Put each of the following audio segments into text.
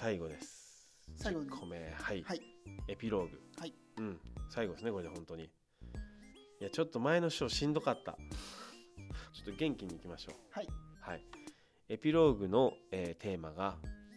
最後です。 最後に 10個目、はい、 はいエピローグ、 はい、 最後ですねこれで本当に。いやちょっと前の章しんどかった。ちょっと元気にいきましょう。 はい、 はい。エピローグの、テーマが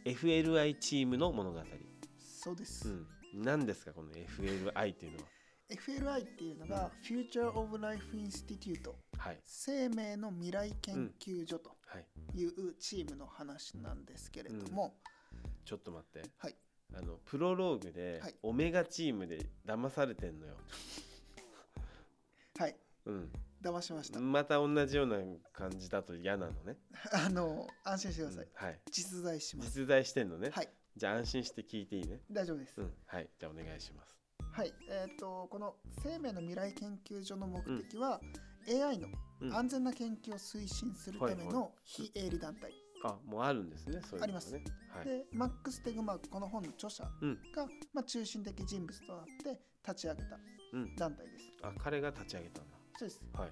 FLI チームの物語。 そうです、 何ですかこの FLI っていうのは。 FLI っていうのが、Future of Life Institute、 はい、 生命の未来研究所とはい、 いうチームの話なんですけれども、 ちょっと待って、 はい、 プロローグで、 はいオメガチームで騙されてんのよ。 はい、騙しました。 また同じような感じだと嫌なのね。 安心してください、 はい、 実在します。 実在してんのね。 はい、 じゃあ安心して聞いていいね。 大丈夫です。 はい、じゃあお願いします。 はい、この生命の未来研究所の目的は、AI の安全な研究を推進するための非営利団体、 あ、もうあるんですね。そういうのね。 あります。 はい、 でマックス・テグマーク、この本の著者が、中心的人物となって立ち上げた団体です。 あ、彼が立ち上げたんだ。 そうです。 はい。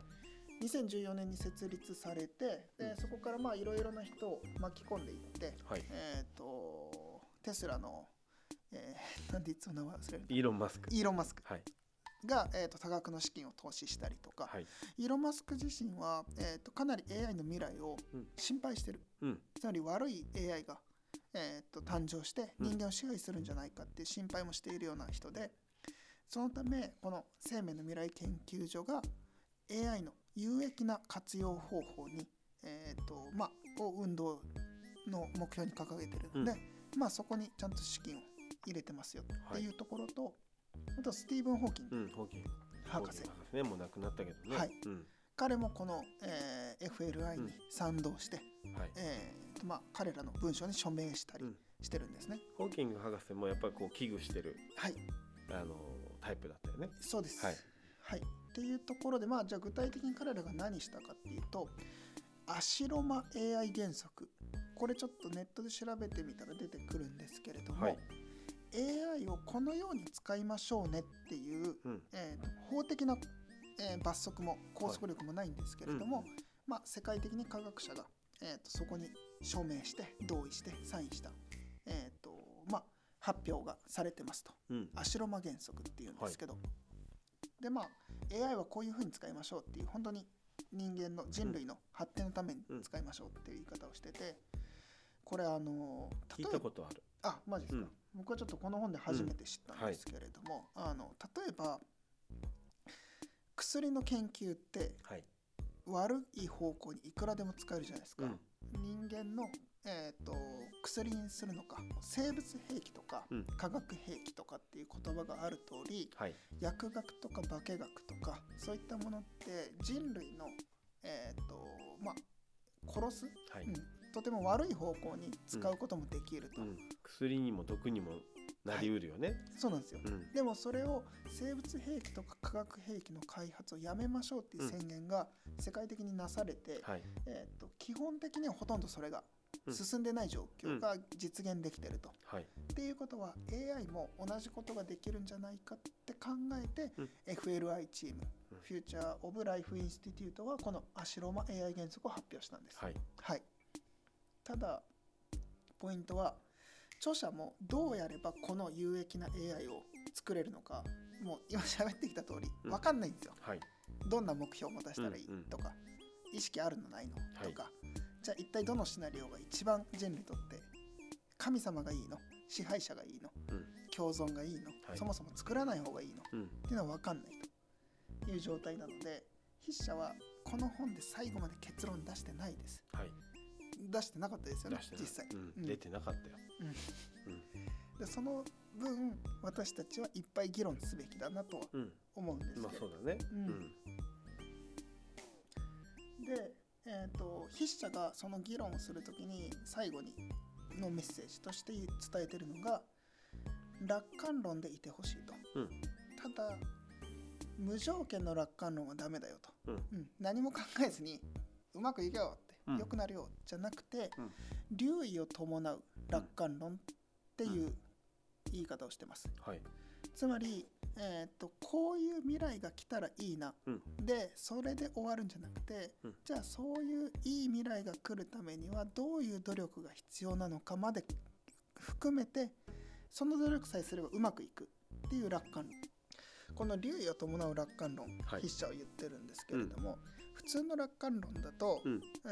2014年に設立されて、でそこからいろいろな人を巻き込んでいって、 はい、 テスラの、なんでいつも名前忘れるの、 イーロン・マスク。 イーロン・マスクはい、 が、多額の資金を投資したりとか、 はい、 イーロン・マスク自身は、かなり AI の未来を心配してる、つまり悪い AI が、誕生して人間を支配するんじゃないかっていう心配もしているような人で、そのためこの生命の未来研究所が AI の有益な活用方法に、運動の目標に掲げているので、そこにちゃんと資金を入れてますよっていうところと、あとスティーブン・ホーキング博士、 ね、もう亡くなったけどね。 はい、彼もこの、FLI に賛同して、彼らの文章に署名したりしてるんですね。 ホーキング博士もやっぱりこう危惧してる、 はい、 タイプだったよね。 そうです。 はい、 はい、っていうところで、じゃあ具体的に彼らが何したかっていうと、アシロマ AI 原則、これちょっとネットで調べてみたら出てくるんですけれども、AI をこのように使いましょうねっていう、法的な、罰則も拘束力もないんですけれども、世界的に科学者が、そこに署名して同意してサインした、発表がされてますと、アシロマ原則っていうんですけど、でAI はこういうふうに使いましょうっていう、本当に人間の人類の発展のために使いましょうっていう言い方をしてて、これ聞いたことある。 あ、マジですか。僕はちょっとこの本で初めて知ったんですけれども、例えば薬の研究って、悪い方向にいくらでも使えるじゃないですか。人間の、薬にするのか、生物兵器とか、化学兵器とかっていう言葉がある通り、薬学とか化学とかそういったものって人類の、殺す、とても悪い方向に使うこともできると、 薬にも毒にもなりうるよね。 そうなんですよ、でもそれを生物兵器とか化学兵器の開発をやめましょうっていう宣言が世界的になされて、基本的にはほとんどそれが進んでない状況が実現できてると、っていうことは AI も同じことができるんじゃないかって考えて、FLI チーム、Future of Life Institute はこのアシロマ AI 原則を発表したんです。ただポイントは、著者もどうやればこの有益な AI を作れるのか、もう今喋ってきた通り分かんないんですよ。どんな目標を持たせたらいいとか、意識あるのないのとか、じゃあ一体どのシナリオが一番人類にとって、神様がいいの、支配者がいいの、共存がいいの、そもそも作らない方がいいの、っていうのは分かんないという状態なので、筆者はこの本で最後まで結論出してないです。出してなかったですよね、実際。 出てなかったよ。 でその分私たちはいっぱい議論すべきだなとは思うんですけど、 そうだね。 で、筆者がその議論をするときに最後にのメッセージとして伝えているのが、楽観論でいてほしいと、ただ無条件の楽観論はダメだよと、何も考えずにうまくいけよって、良くなるよじゃなくて、留意を伴う楽観論っていう言い方をしてます。つまり、こういう未来が来たらいいな、でそれで終わるんじゃなくて、じゃあそういういい未来が来るためにはどういう努力が必要なのかまで含めてその努力さえすればうまくいくっていう楽観論、この留意を伴う楽観論、 はい、 筆者は言ってるんですけれども、普通の楽観論だと、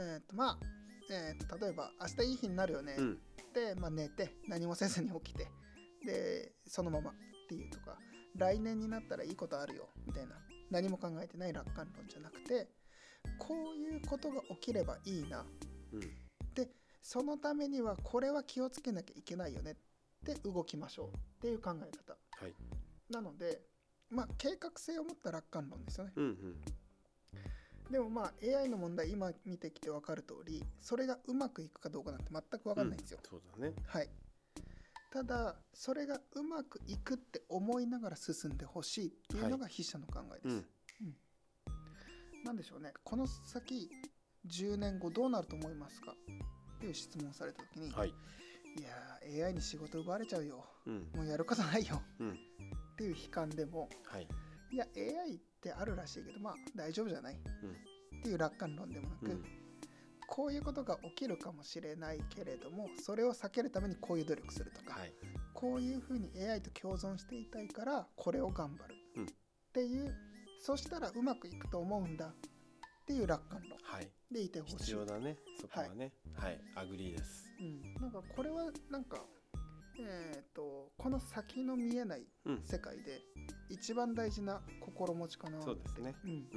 例えば明日いい日になるよね、で、寝て何もせずに起きて、でそのままっていうとか、来年になったらいいことあるよみたいな、何も考えてない楽観論じゃなくて、こういうことが起きればいいな、でそのためにはこれは気をつけなきゃいけないよねって動きましょうっていう考え方、 はい、 なので計画性を持った楽観論ですよね。でもAI の問題今見てきて分かる通り、それがうまくいくかどうかなんて全く分かんないんですよ。 そうだね。 はい。ただそれがうまくいくって思いながら進んでほしいっていうのが筆者の考えです。なんでしょうね。この先10年後どうなると思いますかっていう質問をされた時に、いや AI に仕事奪われちゃうよ、もうやることないよ、っていう悲観でも、いや AI ってあるらしいけど大丈夫じゃない、っていう楽観論でもなく、こういうことが起きるかもしれないけれども、それを避けるためにこういう努力するとか、こういうふうに AI と共存していたいからこれを頑張る、っていう、そしたらうまくいくと思うんだっていう楽観論でいてほしい。 必要だね、そこはね。アグリーです。 なんかこれはなんかこの先の見えない世界で一番大事な心持ちかなって。 そうですね。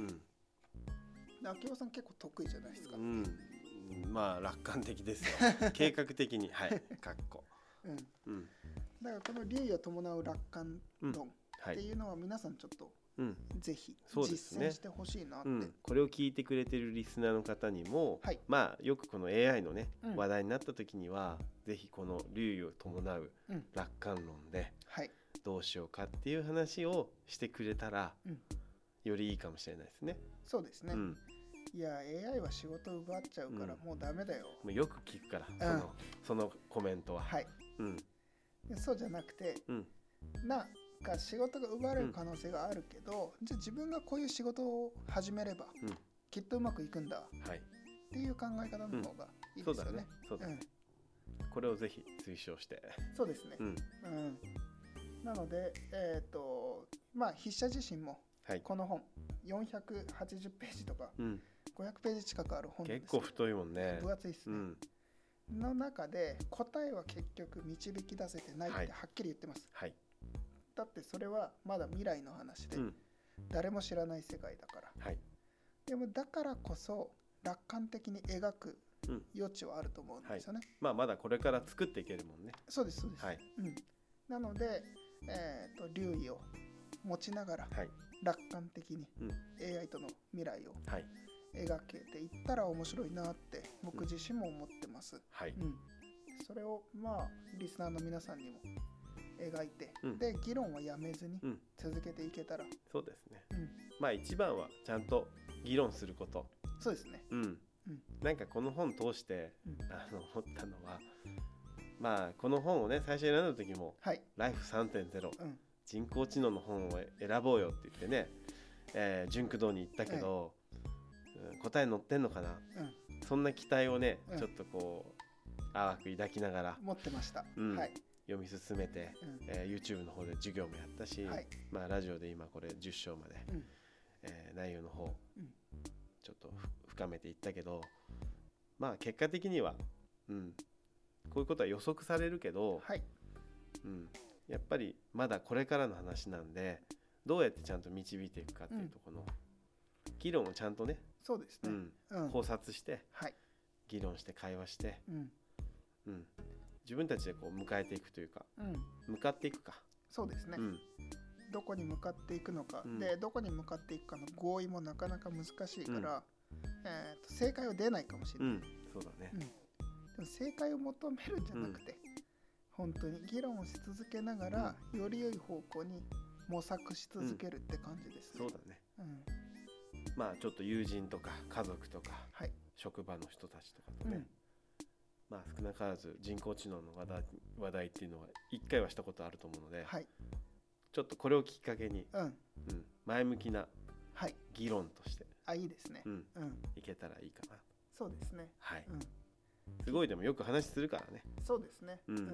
秋夫さん結構得意じゃないですか。 楽観的ですよ。計画的に、かっこ。 だからこの留意を伴う楽観論っていうのは皆さんちょっとぜひ実践してほしいなって、 これを聞いてくれてるリスナーの方にも、よくこの AI のね、話題になった時にはぜひこの留意を伴う楽観論でどうしようかっていう話をしてくれたら、よりいいかもしれないですね。 そうですね。いや AI は仕事を奪っちゃうからもうダメだよ。 もうよく聞くから、そのコメントは。 そうじゃなくて、仕事が奪われる可能性があるけど、じゃあ自分がこういう仕事を始めれば、きっとうまくいくんだ、っていう考え方の方がいいですよね。 そうだね。これをぜひ推奨して。 そうですね。なので筆者自身もこの本480ページとか500ページ近くある本なんですけど、 結構太いもんね。 分厚いですね。の中で答えは結局導き出せてないってはっきり言ってます。だってそれはまだ未来の話で、誰も知らない世界だから。でもだからこそ楽観的に描く余地はあると思うんですよね。 まだこれから作っていけるもんね。 そうですそうです。なので、留意を持ちながら楽観的に AI との未来を描けていったら面白いなって僕自身も思ってます。それをリスナーの皆さんにも描いて、で議論はやめずに続けていけたら、 そうですね。一番はちゃんと議論すること。 そうですね。 なんかこの本通して、思ったのは、この本をね最初選んだ時も、ライフ 3.0、人工知能の本を選ぼうよって言ってね、純駆動に行ったけど、答え載ってんのかな、そんな期待をね、ちょっとこう淡く抱きながら持ってました。 読み進めて、YouTube の方で授業もやったし、ラジオで今これ10章まで、内容の方、ちょっと深めていったけど、結果的には、こういうことは予測されるけど、やっぱりまだこれからの話なんで、どうやってちゃんと導いていくかっていうところの議論をちゃんとね、 そうですね、 考察して、議論して会話して、自分たちでこう迎えていくというか、向かっていくか。 そうですね、どこに向かっていくのか、でどこに向かっていくかの合意もなかなか難しいから、正解は出ないかもしれない、 そうだね、 でも正解を求めるんじゃなくて、本当に議論をし続けながら、より良い方向に模索し続けるって感じですね。 そうだね、ちょっと友人とか家族とか、職場の人たちとかとね、少なからず人工知能の話題っていうのは1回はしたことあると思うので、ちょっとこれをきっかけに、前向きな議論として、 いいですね、 いけたらいいかな。 そうですね、 すごいでもよく話するからね。 そうですね、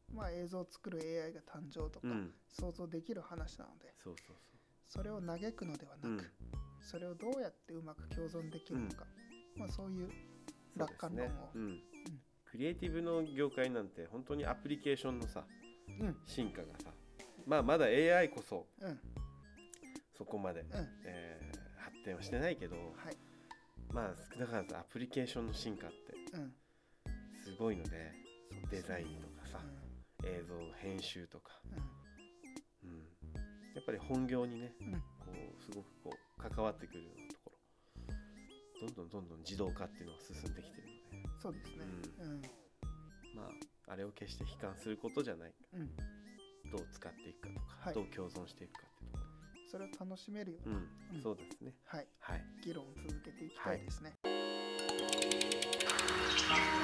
まあ、映像を作る AI が誕生とか、想像できる話なので、それを嘆くのではなく、それをどうやってうまく共存できるのか、まあ、そういう楽観論を、 クリエイティブの業界なんて本当にアプリケーションのさ、進化がさ、まあまだ AI こそ、そこまで、発展はしてないけど、まあ少なからずアプリケーションの進化ってすごいので、デザインとかさ、映像の編集とか、やっぱり本業にね、こうすごくこう関わってくるようなところ、どんどん自動化っていうのが進んできてるので、 そうですね、 まああれを決して悲観することじゃない、どう使っていくかとか、どう共存していくかっていうところ、 それを楽しめるような、 そうですね、 議論を続けていきたいですね。